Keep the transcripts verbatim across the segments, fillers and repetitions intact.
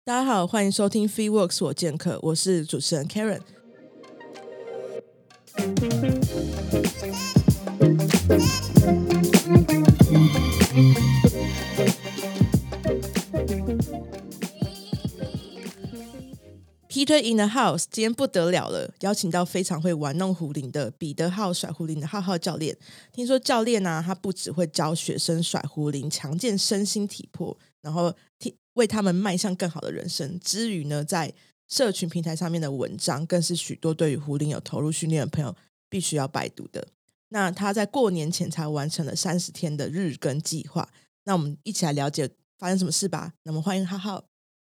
大家好，欢迎收聽 FeeWorks 我健客，我是主持人 Karen。Peter in the house， 今天不得了了，邀請到非常會玩弄壺鈴的彼得號甩壺鈴的浩浩教練。聽說教練啊，他不只會教學生甩壺鈴，強健身心體魄，然後為他們邁向更好的人生之餘呢，在社群平台上面的文章更是許多對於壺鈴有投入訓練的朋友必須要拜讀的。那他在過年前才完成了三十天的日更計劃，那我們一起來了解發生什麼事吧。那麼歡迎浩浩。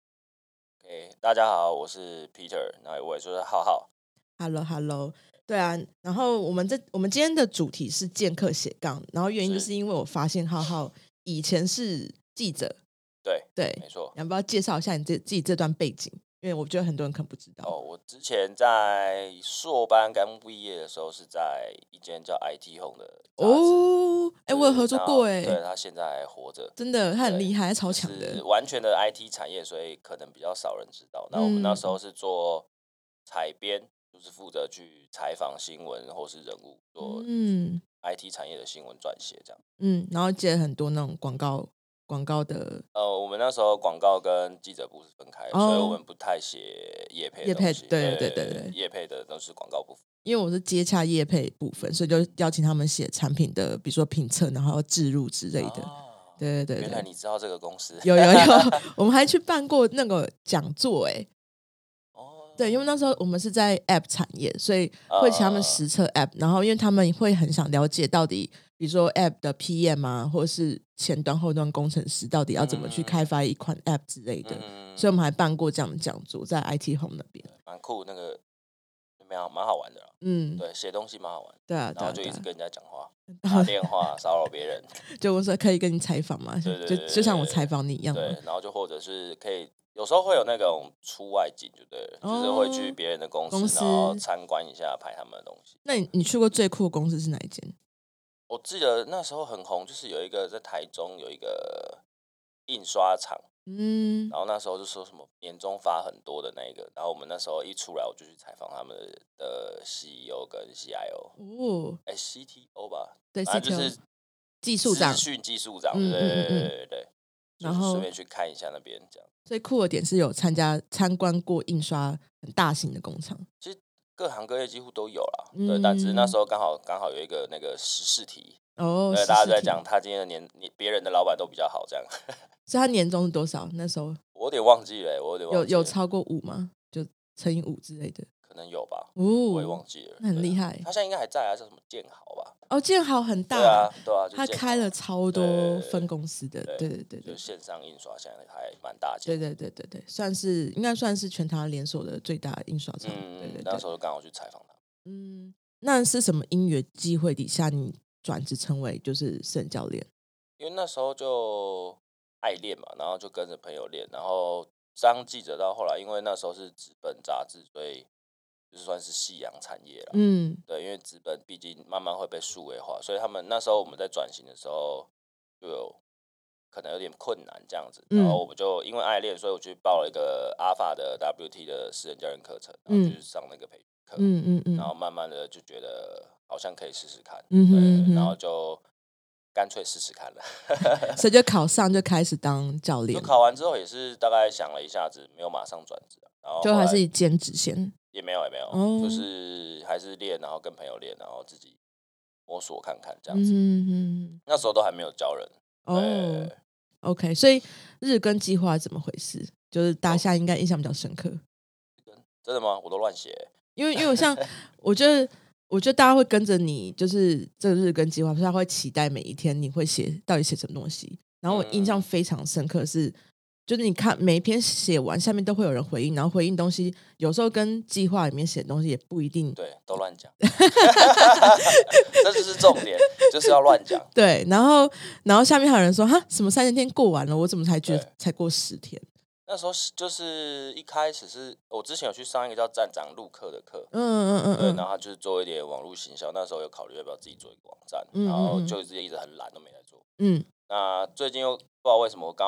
Okay, 大家好，我是 Peter， 那我也就是浩浩。 Hello Hello， 对啊，然后我们这我们今天的主题是剑客斜杠，然后原因就是因为我发现浩浩以前是记者， 对对， 没错。 要不要介绍一下你自己这段背景？因为我觉得很多人可能不知道。 哦，我之前在硕班刚毕业的时候是在一间叫 I T Home 的杂志哦，哎、欸，我有合作过哎， 对，他现在还活着， 真的，他很厉害，他超强的， 就是完全的 I T 产业，所以可能比较少人知道。那我们那时候是做采编，就是负责去采访新闻或是人物，做嗯 I T 产业的新闻撰写这样。 嗯，然后接了很多那种广告。广告的呃，我们那时候广告跟记者部是分开的，哦、所以我们不太写业配的东西。 对对对对， 业配的都是广告部分。 因为我是接洽业配部分，所以就邀请他们写产品的，比如说评测，然后置入之类的。哦、对对对， 原来你知道这个公司？ 有有有，我们还去办过那个讲座哎。哦，对，因为那时候我们是在 App 产业，所以会请他们实测 App，、呃、然后因为他们会很想了解到底。比如说 App 的 P M 啊，或者是前端后端工程師到底要怎麼去開發一款 App 之類的、嗯、所以我們還辦過這樣的講座在 I T Home 那邊， 蠻酷，那個蠻好玩的。嗯，對，寫東西蠻好玩， 對啊， 然後就一直跟人家講話，打電話騷擾別人， 就我說可以跟你採訪嘛， 對對對對， 就就像我採訪你一樣， 對，然後就或者是可以有時候會有那種出外景，就對了、哦、就是會去別人的公司，公司然後參觀一下，拍他們的東西。 那你你去過最酷的公司是哪一間？ 我記得那時候很紅，就是有一個在台中有一個印刷廠，嗯，然後那時候就說什麼年終發很多的那一個，然後我們那時候一出來，我就去採訪他們的 C E O 跟 C I O， 哦，哎 C T O 吧， 對， 反正就是技術長， 資訊技術長，對對對對對，然後順便去看一下那邊，這樣。 最酷的點是有參加參觀過印刷很大型的工廠， 其實各行各業幾乎都有啦，嗯、對，但只是那時候剛好剛好有一個那個時事題，哦，對，大家都在講他今天的年別人的老闆都比較好，這樣。 所以他年終是多少？那時候我有點忘記了，我有點忘記了， 有有超過五嗎？就乘以五之類的， 可能有吧，哦，我也忘記了， 那很厲害。 他現在應該還在啊，叫什麼建豪吧？ 哦，建豪很大， 對啊，對啊， 他開了超多分公司的，對對對對， 就線上印刷現在還蠻大間， 對對對對對，算是應該算是全台連鎖的最大印刷廠。 嗯， 對對對， 那時候剛好去採訪他。 嗯，那是什麼因緣機會底下你轉職成為就是私人教練？ 因為那時候就愛練嘛，然後就跟着朋友練，然後當記者到後來，因為那時候是紙本雜誌，所以就算是夕陽產業啦。嗯，對，因為紙本畢竟慢慢會被數位化，所以他們那時候我們在轉型的時候就有可能有點困難這樣子，然後我們就因為愛練，所以我去報了一個 Alpha 的 W T 的私人教練課程，然後就是上那個培訓。嗯嗯嗯，然後慢慢的就覺得好像可以試試看，嗯哼嗯哼，對，然後就乾脆試試看了， 所以就考上就開始當教練。 就考完之後也是大概想了一下子，沒有馬上轉職，然後後就還是以兼職先， 也沒有也沒有，哦，就是還是練，然後跟朋友練，然後自己摸索看看這樣子。嗯哼，那時候都還沒有教人。 哦 ，OK， 所以日更計劃怎麼回事？就是大家現在應該印象比較深刻。 真的嗎？我都亂寫。 因為因為我像我覺得我覺得大家會跟着你，就是這個日更計劃，他會期待每一天你會寫到底寫什麼東西。然後我印象非常深刻是，嗯、就是你看每一篇寫完，下面都會有人回應，然後回應東西有時候跟計劃裡面寫的東西也不一定， 對，都亂講，這就是重點，就是要亂講。 對，然後然後下面還有人說哈，什麼三十天過完了，我怎麼才覺得才過十天？ 那時候就是一開始是我之前有去上一個叫站長錄課的課，嗯嗯嗯，對，然後他就是做一點網絡行銷，那時候有考慮要不要自己做一個網站，嗯嗯嗯，然後就一直一直很懶都沒來做，嗯，那最近又不知道為什麼我剛好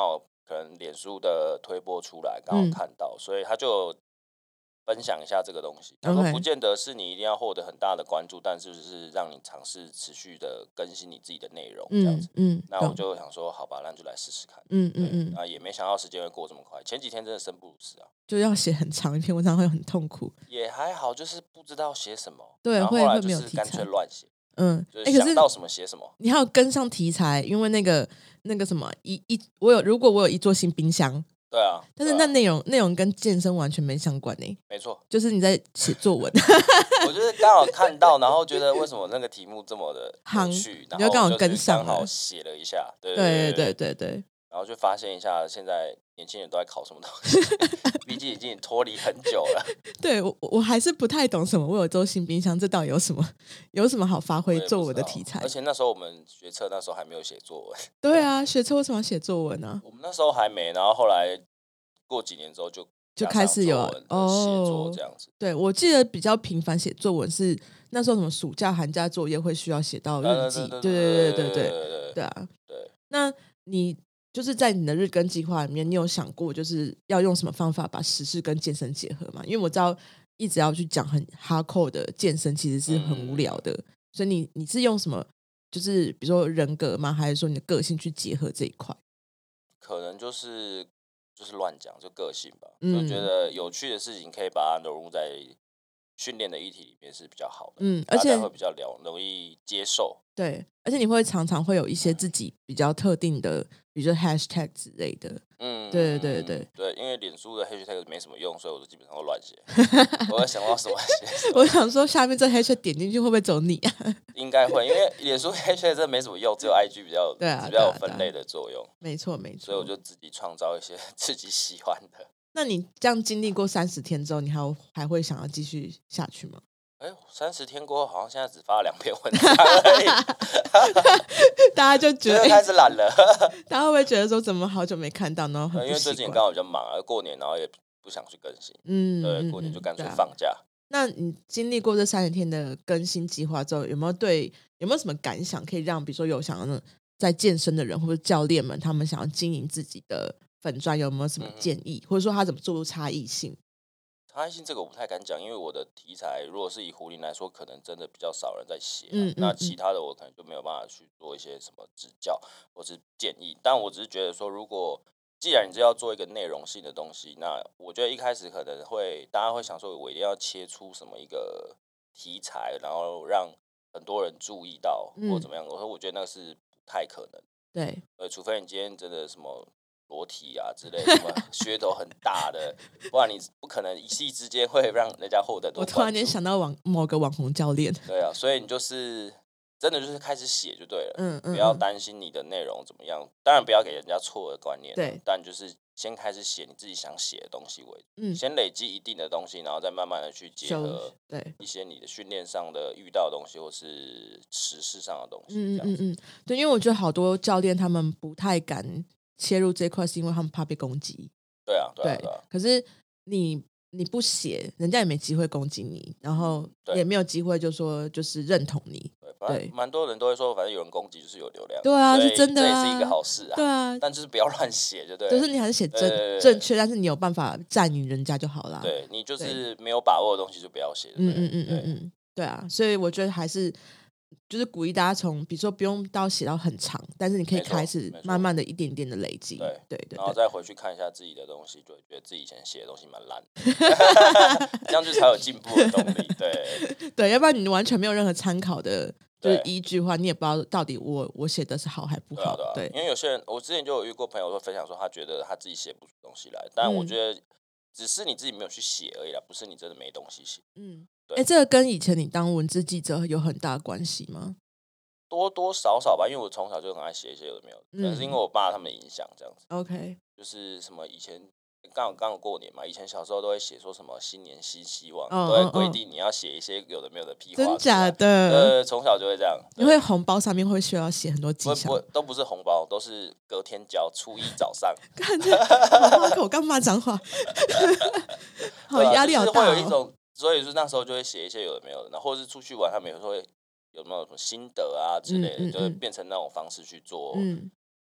可能脸书的推播出来，刚好看到，嗯、所以他就分享一下这个东西。他说不见得是你一定要获得很大的关注，但是就是让你尝试持续的更新你自己的内容，这样子。嗯，嗯那我就想说，好吧，那就来试试看。嗯嗯嗯。啊，也没想到时间会过这么快。前几天真的生不如死啊， 就要写很长一篇文章会很痛苦。 也还好，就是不知道写什么。 对， 然后后来就是干脆乱写。嗯，就是想到什么写什么。 你还有跟上题材，因为那个那个什么一一，我有如果我有一座新冰箱。 对啊， 但是那内容内、啊、容跟健身完全没相关呢。 没错， 就是你在写作文。 我就是刚好看到，然后觉得为什么那个题目这么的有趣，然后刚好跟上， 刚好写了一下。对对对对对。 然后就发现一下，现在年轻人都在考什么东西，毕竟已经脱离很久了。 对我我还是不太懂什么我有周新冰箱，这到底有什么有什么好发挥作文的题材？ 而且那时候我们学测那时候还没有写作文。 对啊，学测为什么要写作文呢？ 我们那时候还没，然后后来过几年之后就就开始有写作这样子。 哦、对，我记得比较频繁写作文是那时候什么暑假寒假作业会需要写到日记。对对对对对对对啊！ 对， 那你。就是在你的日更计划里面，你有想过就是要用什么方法把时事跟健身结合吗？因为我知道一直要去讲很 hardcore 的健身其实是很无聊的，嗯、所以你你是用什么？就是比如说人格吗？还是说你的个性去结合这一块？ 可能就是就是乱讲，就个性吧。嗯、就觉得有趣的事情可以把它融入在训练的议题里面是比较好的。嗯，而且大家会比较了容易接受。 对，而且你会常常会有一些自己比较特定的，比如说 hashtag 之类的。嗯，对对对对对，因为脸书的 hashtag 没什么用，所以我就基本上都乱写。我在想到什么写。 我想说下面这 hashtag 点进去会不会走你啊？ 应该会，因为脸书 hashtag 真的没什么用，只有 I G 比较对啊，比较有分类的作用。 没错没错， 所以我就自己创造一些自己喜欢的。 那你这样经历过三十天之后，你还有还会想要继续下去吗？ 哎，三十天过后，好像现在只发了两篇文章而已， 大家就觉得开始懒了。 大家会不会觉得说怎么好久没看到，然后很不习惯？ 因为最近刚好比较忙啊，过年然后也不想去更新，嗯，对，过年就干脆放假。 啊、那你经历过这三十天的更新计划之后，有没有对有没有什么感想，可以让比如说有想要在健身的人或者教练们，他们想要经营自己的粉专，有没有什么建议，嗯、或者说他怎么做出差异性？ 差异性这个我不太敢讲，因为我的题材如果是以壶铃来说，可能真的比较少人在写、啊嗯嗯嗯，那其他的我可能就没有办法去做一些什么指教或是建议。但我只是觉得说，如果既然你是要做一个内容性的东西，那我觉得一开始可能会大家会想说，我一定要切出什么一个题材，然后让很多人注意到或怎么样。我、嗯、说我觉得那是不太可能， 对， 呃，除非你今天真的什么。裸体啊之类的，什么噱头很大的，不然你不可能一夕之间会让人家获得多关注。 我突然间想到网某个网红教练， 对啊，所以你就是真的就是开始写就对了，嗯嗯，不要担心你的内容怎么样，当然不要给人家错的观念， 对， 但就是先开始写你自己想写的东西为主，嗯，先累积一定的东西，然后再慢慢的去结合对一些你的训练上的遇到的东西，或是时事上的东西，嗯嗯嗯， 对，因为我觉得好多教练他们不太敢切入这块，是因为他们怕被攻击。 对啊，对啊，对啊。 可是你你不写，人家也没机会攻击你，然后也没有机会就说就是认同你。 对，蛮多人都会说，反正有人攻击就是有流量。 对啊，是真的、 啊，这也是一个好事啊。 对啊， 但就是不要乱写，就对。 就是你还是写正正确，但是你有办法占领人家就好了。 对，你就是没有把握的东西就不要写。嗯嗯嗯嗯嗯， 对啊，所以我觉得还是。就是鼓励大家从，比如说不用到写到很长，但是你可以开始慢慢的一点点的累积，对对 对, 对， 然后再回去看一下自己的东西，就会觉得自己以前写的东西蛮烂的，这样就才有进步的动力，对对，要不然你完全没有任何参考的，就是依据的话，你也不知道到底我我写的是好还不好， 对, 啊对, 啊、对，因为有些人，我之前就有遇过朋友会分享说，他觉得他自己写不出东西来，但我觉得只是你自己没有去写而已啦，不是你真的没东西写，嗯。 哎、欸，这个跟以前你当文字记者有很大关系吗？ 多多少少吧，因为我从小就很爱写一些有的没有的，可能是因为我爸他们的影响这样子。 OK， 就是什么以前刚好刚好过年嘛，以前小时候都会写说什么新年新希望，哦、都会规定你要写一些有的没有的屁话。 真假的？ 呃，从小就会这样。 因为红包上面会需要写很多吉祥， 不不都不是红包，都是隔天交，初一早上。 看这好口干骂脏话，好压力好大、哦。 就是、会有一种。所以说那时候就会写一些有的没有的，然后或者是出去玩，他们有时候会有没有什么心得啊之类的，嗯嗯嗯、就会变成那种方式去做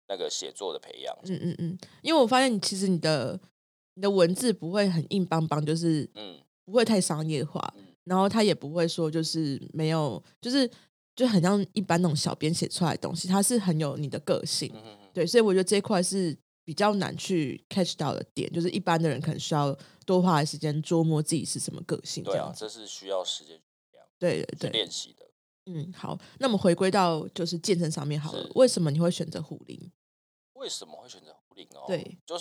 那个写作的培养。 嗯嗯嗯，因为我发现其实你的你的文字不会很硬邦邦，就是嗯，不会太商业化，嗯、然后它也不会说就是没有，就是就很像一般那种小编写出来的东西，它是很有你的个性。嗯嗯嗯，对，所以我觉得这一块是比较难去 catch 到的点，就是一般的人可能需要多花的时间琢磨自己是什么个性这样子。 对啊，这是需要时间对对对练习的。 嗯，好，那我们回归到就是健身上面好了，为什么你会选择壶铃？ 为什么会选择壶铃哦？ 对， 就是，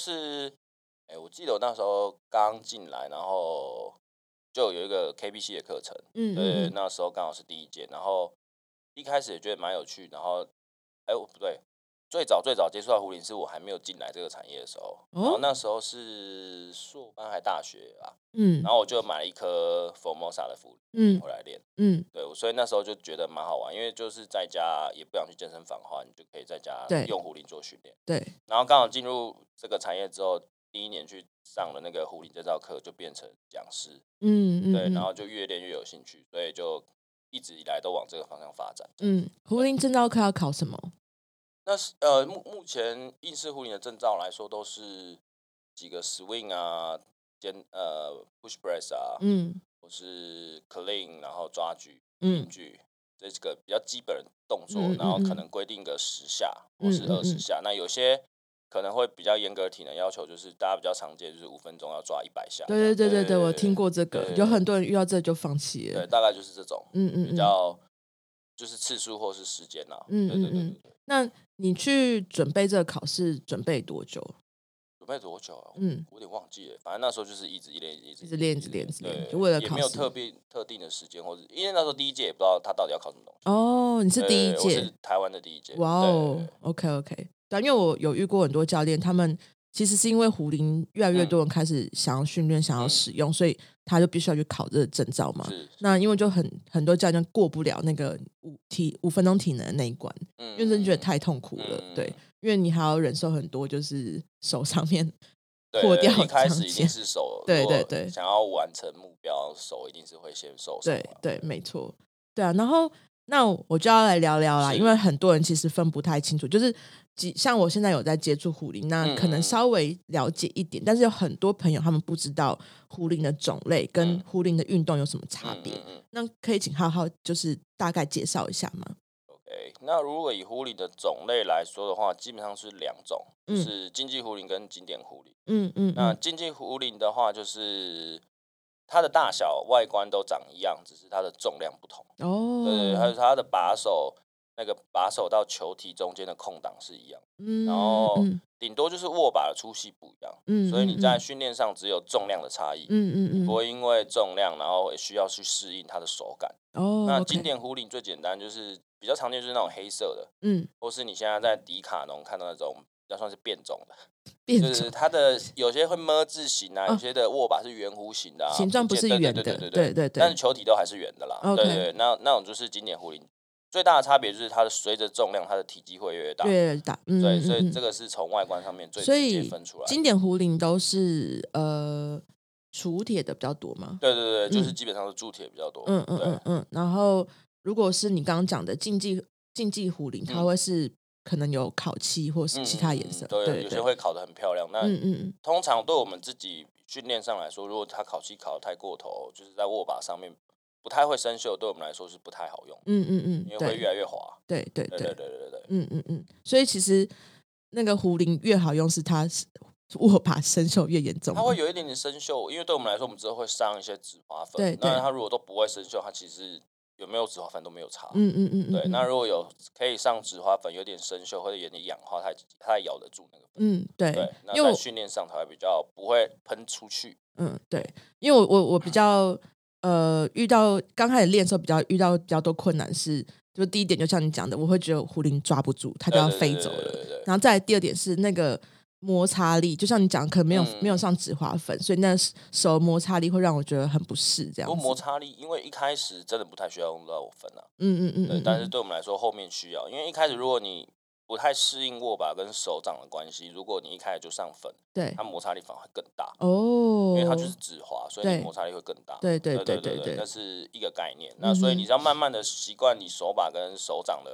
哎，我记得我那时候刚进来，然后就有一个 K B C 的课程，嗯对，嗯那时候刚好是第一届，然后一开始也觉得蛮有趣，然后，哎，不对。最早最早接触到壶铃是我还没有进来这个产业的时候，哦、然后那时候是硕班还大学啊，嗯，然后我就买了一颗 Formosa 的壶铃回来练，嗯，对，所以那时候就觉得蛮好玩，因为就是在家也不想去健身房的话，你就可以在家用壶铃做训练，对，然后刚好进入这个产业之后，第一年去上了那个壶铃证照课，就变成讲师，嗯嗯，对，然后就越练越有兴趣，所以就一直以来都往这个方向发展。嗯， 壶铃证照课要考什么？ 那是呃，目目前硬式壶铃的证照来说，都是几个 swing 啊，肩呃 push press 啊，嗯，或是 clean， 然后抓举、平举，这几个比较基本的动作，嗯、然后可能规定个十下或是二十下。嗯嗯嗯那有些可能会比较严格体能要求，就是大家比较常见，就是五分钟要抓一百下。 对对对对对，我听过这个，有很多人遇到这就放弃了。 对，大概就是这种，嗯嗯比较就是次数或是时间啊。嗯嗯嗯。 那你去准备这个考试准备多久？ 准备多久啊？嗯，我有点忘记了。反正那时候就是一直一练，一直一直练，一直练，一直练，就为了考试，也没有特别特定的时间，或者因为那时候第一届也不知道他到底要考什么东西。 哦，你是第一届，我是台湾的第一届。 哇哦 ，OK OK， 对，因为我有遇过很多教练，他们其实是因为壶铃越来越多人开始想要训练、嗯、想要使用，所以他就必须要去考这个证照嘛。那因为就很很多教练过不了那个五体五分钟体能的那一关，嗯、因为真的觉得太痛苦了，嗯、对。因为你还要忍受很多，就是手上面破掉。 一开始一定是手， 对对对， 想要完成目标，手一定是会先受伤。 对对，没错，对啊。然后那我就要来聊聊啦，因为很多人其实分不太清楚，就是像我现在有在接触壶铃，那可能稍微了解一点，嗯、但是有很多朋友他们不知道壶铃的种类跟壶铃的运动有什么差别。嗯嗯嗯、那可以请浩浩就是大概介绍一下吗？ 那如果以壶铃的种类来说的话，基本上是两种，嗯、就是竞技壶铃跟经典壶铃。嗯嗯，那竞技壶铃的话，就是它的大小、外观都长一样，只是它的重量不同。哦，对，还有它的把手，那个把手到球体中间的空档是一样。嗯，然后顶多就是握把的粗细不一样。嗯，所以你在训练上只有重量的差异。嗯嗯嗯，不会因为重量，然后需要去适应它的手感。哦，那经典壶铃最简单就是。比较常见就是那种黑色的，嗯，或是你现在在迪卡侬看到那种比较算是变种的，就是它的有些会么字形啊，哦、有些的握把是圆弧形的、啊， 形状不是圆的， 对对对对对对， 但是球体都还是圆的啦， okay、对对，那那种就是经典壶铃，最大的差别就是它的随着重量，它的体积会越来越大， 越来越大， 嗯，对，所以这个是从外观上面最直接分出来的。 经典壶铃都是呃铸铁的比较多吗？ 对对对，就是基本上是铸铁比较多， 嗯嗯嗯嗯，然后如果是你刚刚讲的竞技。竞技壶铃，它会是可能有烤漆或是其他颜色， 嗯、对，对，有些会烤得很漂亮。那嗯嗯通常对我们自己训练上来说，如果它烤漆烤得太过头，就是在握把上面不太会生锈，对我们来说是不太好用。嗯嗯嗯，因为会越来越滑。 对对对对对对对， 嗯嗯嗯。所以其实那个壶铃越好用，是它握把生锈越严重。 它会有一点点生锈，因为对我们来说，我们之后会上一些止滑粉。对，那它如果都不会生锈，它其实。有没有止滑粉都没有差，嗯嗯嗯，对。那如果有可以上止滑粉，有点生锈或者有点氧化，它它咬得住那个粉，嗯，对。对，那在训练上它会比较不会喷出去， 嗯，对。因为我我我比较呃遇到刚开始练的时候比较遇到比较多困难是，就第一点就像你讲的，我会觉得壶铃抓不住，它就要飞走了。对对对对对，然后再来第二点是那个。摩擦力，就像你讲，可能没有、嗯、没有上止滑粉，所以那手摩擦力会让我觉得很不适。这样子， 不过摩擦力，因为一开始真的不太需要用到粉啊。嗯嗯嗯，对。但是对我们来说，后面需要，因为一开始如果你不太适应握把跟手掌的关系，如果你一开始就上粉，对，它摩擦力反而会更大哦，因为它就是止滑，所以你摩擦力会更大。 对对对对对， 那是一个概念。那所以你要慢慢的习惯你手把跟手掌的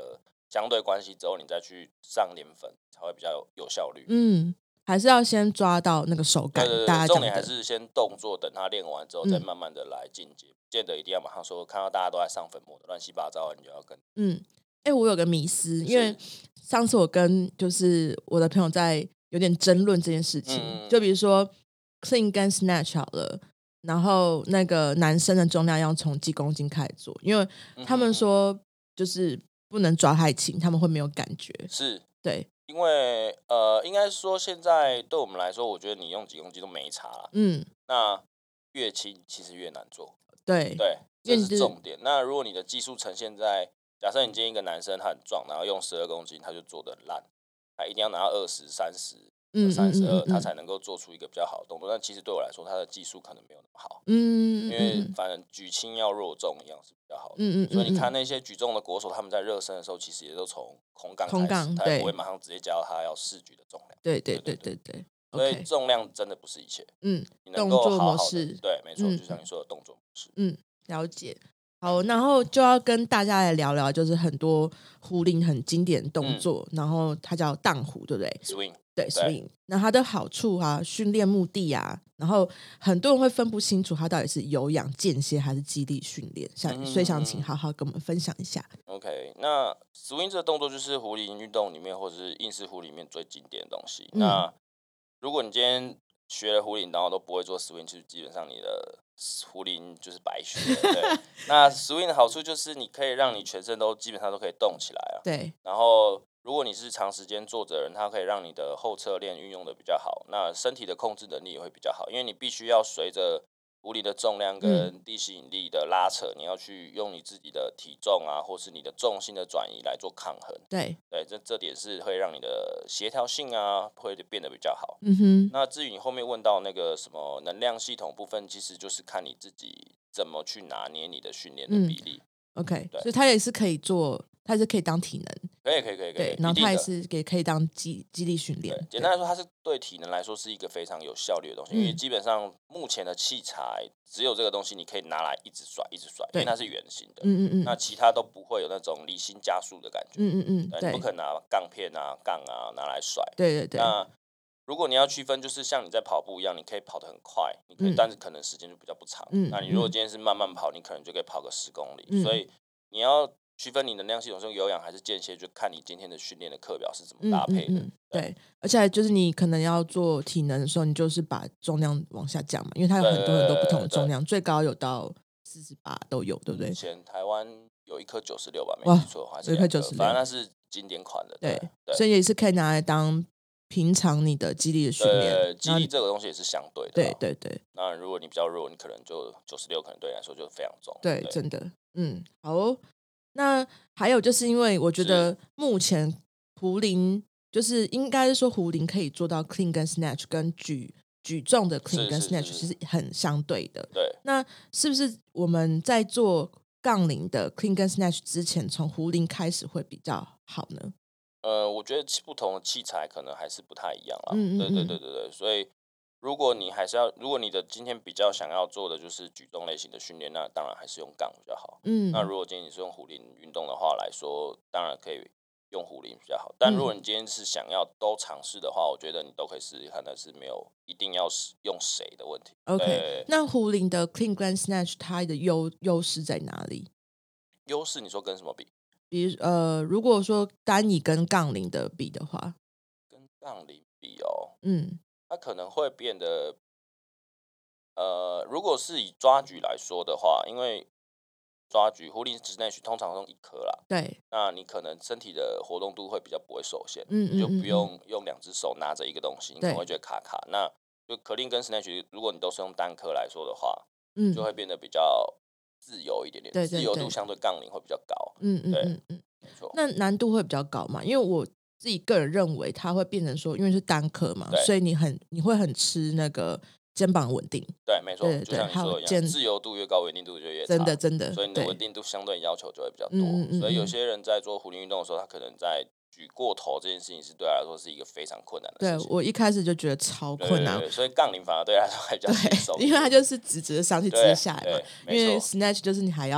相对关系之后，你再去上连粉才会比较有有效率。 嗯，还是要先抓到那个手感。 对对对， 大家重点还是先动作，等他练完之后，再慢慢的来进阶，不见得一定要马上说看到大家都在上粉末的乱七八糟，你就要跟。 嗯，哎、欸，我有个迷思，因为上次我跟就是我的朋友在有点争论这件事情，嗯、就比如说 clean 跟 snatch 好了，然后那个男生的重量要从几公斤开始做，因为他们说就是不能抓太轻，他们会没有感觉。 是， 对， 因为呃，应该说现在对我们来说，我觉得你用几公斤都没差啦。嗯，那越轻其实越难做。 对对，这是重点。那如果你的技术呈现在，假设你今天一个男生他很壮，然后用十二公斤，他就做得很烂，他一定要拿到二十、三十、三十二，他才能够做出一个比较好的动作。但其实对我来说，他的技术可能没有那么好。嗯，因为反正举轻要弱重一样是比较好的。嗯嗯。所以你看那些举重的国手，他们在热身的时候，其实也都从空杠开始，他也不会马上直接教他要试举的重量。 对对对对对。 所以重量真的不是一切。 嗯， 你能够好好的， 对，没错，就像你说的动作模式。 嗯，了解。好，然后就要跟大家来聊聊，就是很多壶铃很经典的动作，嗯、然后它叫荡壶，对不对 ？Swing， 对 ，Swing。那它的好处啊，训练目的啊，然后很多人会分不清楚它到底是有氧间歇还是肌力训练，想、嗯、所以想请好好跟我们分享一下。 OK， 那 Swing 这个动作就是壶铃运动里面或者是硬式壶里面最经典的东西。嗯、那如果你今天学了壶铃，然后都不会做 swing， 就基本上你的壶铃就是白学了。对，那 swing 的好处就是你可以让你全身都基本上都可以动起来啊。 对。 然后，如果你是长时间坐着的人，它可以让你的后侧链运用的比较好，那身体的控制能力也会比较好，因为你必须要随着壶铃的重量跟地心引力的拉扯，嗯、你要去用你自己的体重啊，或是你的重心的转移来做抗衡。 对对，这这点是会让你的协调性啊会变得比较好。 嗯哼。 那至于你后面问到那个什么能量系统部分，其实就是看你自己怎么去拿捏你的训练的比例。 嗯、OK， 对，所以它也是可以做，它是可以当体能。 可以可以可以可以， 对，然后它也是也可以当肌肌力训练。 简单来说，它是对体能来说是一个非常有效率的东西，嗯、因为基本上目前的器材只有这个东西你可以拿来一直甩一直甩，因为它是圆形的。嗯嗯嗯。那其他都不会有那种离心加速的感觉。嗯嗯嗯。对，你不可能拿杠片啊、杠啊拿来甩。 对对对。 那如果你要区分，就是像你在跑步一样，你可以跑得很快，你可以，嗯、但是可能时间就比较不长。嗯。那你如果今天是慢慢跑，你可能就可以跑个十公里。嗯、所以你要区分你能量系统是用有氧还是间歇，就看你今天的训练的课表是怎么搭配的。嗯嗯嗯、对, 对，而且就是你可能要做体能的时候，你就是把重量往下降嘛，因为它有很多很多不同的重量，最高有到四十八都有，对不对？ 以前台湾有一颗九十六吧，没记错，还是有一颗九十六， 反正它是经典款的。对， 对，所以也是可以拿来当平常你的肌力的训练。 肌力这个东西也是相对的。 对对对。 那如果你比较弱，你可能就九十六，可能对你来说就非常重。 对，对真的，嗯，好哦。那还有就是因为我觉得目前壶铃就是应该是说壶铃可以做到 clean 跟 snatch 跟举举重的 clean 跟 snatch 是很相对的。 对， 那是不是我们在做杠铃的 clean 跟 snatch 之前，从壶铃开始会比较好呢？ 呃，我觉得不同的器材可能还是不太一样啦。嗯嗯嗯对对对对对，所以。如果你还是要，如果你的今天比较想要做的就是举重类型的训练，那当然还是用杠比较好。嗯，那如果今天你是用壶铃运动的话来说，当然可以用壶铃比较好。但如果你今天是想要都尝试的话，我觉得你都可以试试看，但是没有一定要用谁的问题。 OK， 那壶铃的 clean 跟 snatch 它的优优势在哪里？ 优势你说跟什么比？ 比如呃，如果说单以跟杠铃的比的话， 跟杠铃比哦，嗯。它可能会变得，呃，如果是以抓举来说的话，因为抓举壶铃 snatch 通常用一颗啦， 对， 那你可能身体的活动度会比较不会受限，嗯，你就不用用两只手拿着一个东西，你可能会觉得卡卡。那就 clean 跟 snatch， 如果你都是用单颗来说的话，嗯，就会变得比较自由一点点，对对对，自由度相对杠铃会比较高，嗯嗯嗯嗯，没错。那难度会比较高嘛？因为我。自己个人认为，它会变成说，因为是单颗嘛，所以你很你会很吃那个肩膀稳定。 对，没错，就像你说的一样，自由度越高，稳定度就越差。 真的真的， 所以你的稳定度相对要求就会比较多。嗯嗯所以有些人在做壶铃运动的时候，他可能在举过头这件事情是对他来说是一个非常困难的事情。 对我一开始就觉得超困难， 对对对，所以杠铃反而对他来说还比较轻松， 因为它就是直直的上去，直直下来嘛。因为 snatch 就是你还要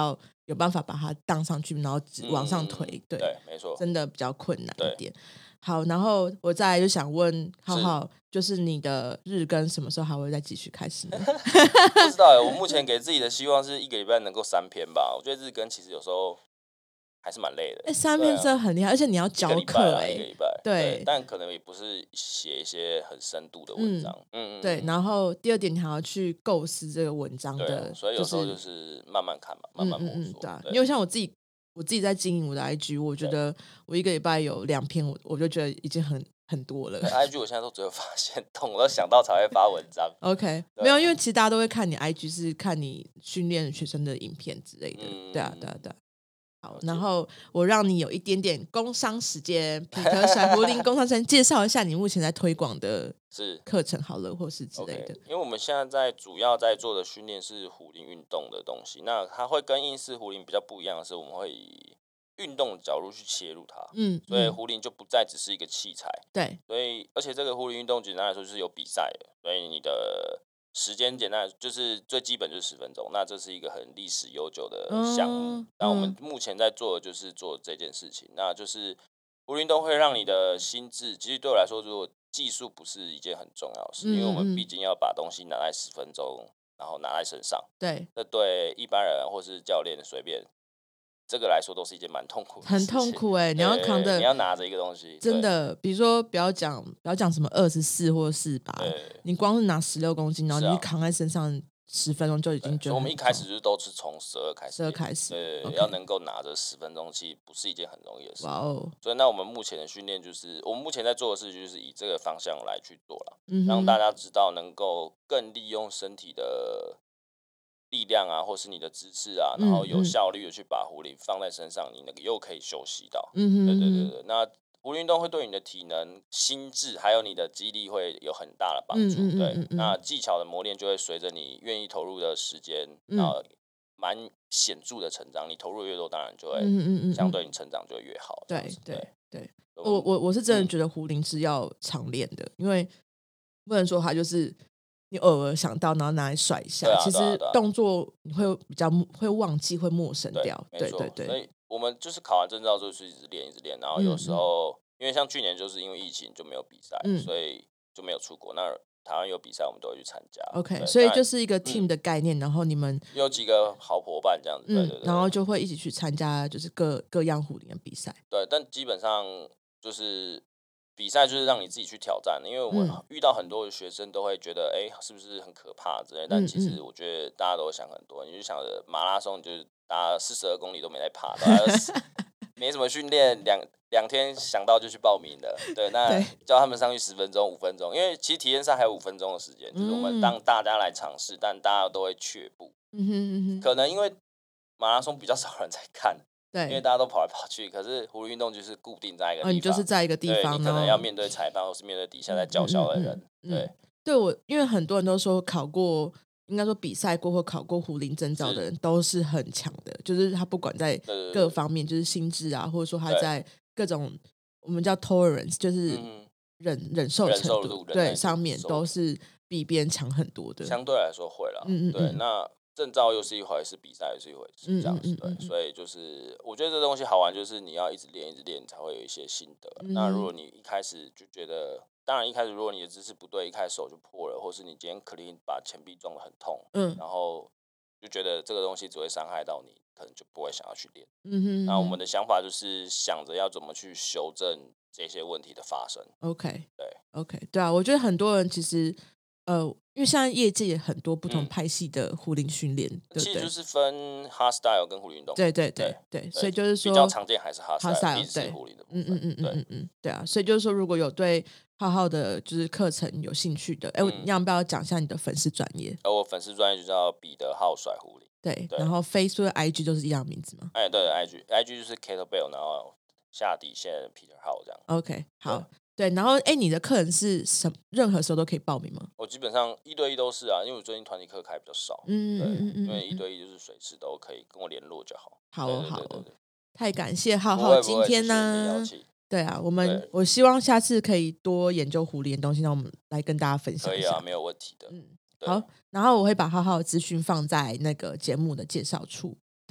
有办法把它荡上去，然后往上推， 嗯、 对对，没错， 真的比较困难一点。好，然后我再来就想问浩浩，就是你的日更什么时候还会再继续开始呢？ 不知道，我目前给自己的希望是一个礼拜能够三篇吧。我觉得日更其实有时候还是蛮累的。 哎、欸，三篇真的很厉害，而且你要教课哎、欸， 一个礼拜， 对， 对，但可能也不是写一些很深度的文章。嗯嗯， 对。然后第二点，你还要去构思这个文章的， 对，所以有时候就是慢慢看嘛，慢慢摸索。嗯嗯嗯， 对啊，因为像我自己。我自己在经营我的 I G， 我觉得我一个礼拜有两篇，我我就觉得已经很很多了。 I G 我现在都只有发现动，我都想到才会发文章。 OK， 没有，因为其实大家都会看你 I G， 是看你训练学生的影片之类的。嗯、对啊，对啊，对啊。好，然后我让你有一点点工商时间，彼得甩壶铃工商时间，介绍一下你目前在推广的课程好了，或是之类的。 Okay, 因为我们现在在主要在做的训练是壶铃运动的东西，那它会跟英式壶铃比较不一样的是，我们会以运动的角度去切入它，嗯，所以壶铃就不再只是一个器材， 对， 所以而且这个壶铃运动简单来说就是有比赛的，所以你的时间简单就是最基本就是十分钟，那这是一个很历史悠久的项目。嗯、那我们目前在做的就是做这件事情，那就是壶铃运动会让你的心智，其实对我来说，如果技术不是一件很重要的事，嗯、因为我们毕竟要把东西拿在十分钟，然后拿在身上， 对， 这对一般人或是教练随便。这个来说都是一件蛮痛苦的事情， 很痛苦哎、欸！你要扛着， 你要拿着一个东西， 真的，比如说不要讲不要讲什么二十四或四八，你光是拿十六公斤，然后你扛在身上十分钟就已经觉得很重。 所以我们一开始就是都是从十二开始， 十二开始， 对， okay. 要能够拿着十分钟，其实不是一件很容易的事。 哇哦！ 所以那我们目前的训练就是，我们目前在做的事就是以这个方向来去做了，嗯、让大家知道能够更利用身体的力量啊，或是你的姿势啊，然后有效率的去把壶铃放在身上，你那个又可以休息到。嗯对对对对，那壶铃运动会对你的体能、心智还有你的肌力会有很大的帮助。嗯、对，嗯、那技巧的磨练就会随着你愿意投入的时间，嗯、然后蛮显著的成长。你投入越多，当然就会相对你成长就会越好。 对对对，我我我是真的觉得壶铃是要常练的，因为不能说它就是你偶尔想到，然后拿来甩一下， 啊、 其实动作你会比较会忘记，会陌生掉。对对对， 所以我们就是考完证照就是一直练，一直练，然后有时候、嗯、因为像去年就是因为疫情就没有比赛，嗯、所以就没有出国。那台湾有比赛，我们都会去参加。 OK， 所以就是一个 team 的概念，嗯、然后你们有几个好伙伴这样子，嗯、对对对， 然后就会一起去参加，就是各各样壶铃的比赛。 对，但基本上就是比赛就是让你自己去挑战，因为我们遇到很多的学生都会觉得，哎、欸，是不是很可怕之类？但其实我觉得大家都会想很多，你就想着马拉松，就是大家四十二公里都没在爬，没什么训练，两两天想到就去报名了。对，那叫他们上去十分钟、五分钟，因为其实体验赛还有五分钟的时间，就是我们当大家来尝试，但大家都会却步。嗯哼嗯哼，可能因为马拉松比较少人在看。对，因为大家都跑来跑去，可是壶铃运动就是固定在一个地方， 哦、你就是在一个地方， 你可能要面对裁判，或是面对底下在叫嚣的人。嗯嗯嗯、对， 对我，因为很多人都说考过，应该说比赛过或考过壶铃证照的人都是很强的，就是他不管在各方面，就是心智啊，或者说他在各种我们叫 tolerance， 就是忍、嗯、忍受程度，度对上面都是比别人强很多的。 相对来说会啦，嗯嗯嗯对，那。证照又是一回事，比赛又是一回事，这样子对，所以就是我觉得这东西好玩，就是你要一直练，一直练，才会有一些心得。嗯、那如果你一开始就觉得，当然一开始如果你的姿势不对，一开始手就破了，或是你今天 clean 把前臂撞得很痛，嗯，然后就觉得这个东西只会伤害到你，可能就不会想要去练。嗯哼，那我们的想法就是想着要怎么去修正这些问题的发生。 OK， 对 ，OK， 对啊，我觉得很多人其实。呃，因为现在业界也很多不同派系的壶铃训练，嗯、对对，其实就是分 hardstyle 跟壶铃运动。 对对对 对, 对，所以就是说比较常见还是 hardstyle， 对， 壶铃的部分。嗯嗯嗯嗯嗯，对啊，所以就是说，如果有对浩浩的就是课程有兴趣的，哎、嗯，你要不要讲一下你的粉丝专页？ 呃，我粉丝专页就叫彼得浩甩壶铃。 对，然后 Facebook、I G 都是一样名字吗？ 哎，对 ，I G，I G 就是 Kettlebell， 然后下底线 Peter 浩这样。 OK， 好。对，然后哎，你的课程是什么？任何时候都可以报名吗？ 我基本上一对一都是啊，因为我最近团体课开比较少，嗯对嗯嗯，因为一对一就是随时都可以跟我联络就好。 好哦好哦，太感谢浩浩今天呢。对啊，我们我希望下次可以多研究壶铃的东西，让我们来跟大家分享一下。 可以啊，没有问题的。嗯， 好，然后我会把浩浩的资讯放在那个节目的介绍处。对，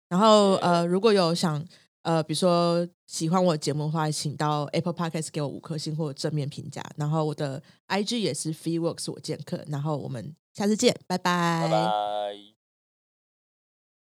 然后呃，如果有想呃，比如说喜欢我的节目的话，请到 Apple Podcast 给我五颗星或者正面评价。然后我的 I G 也是 Feeworks 我剑客。然后我们下次见，拜拜。 拜拜。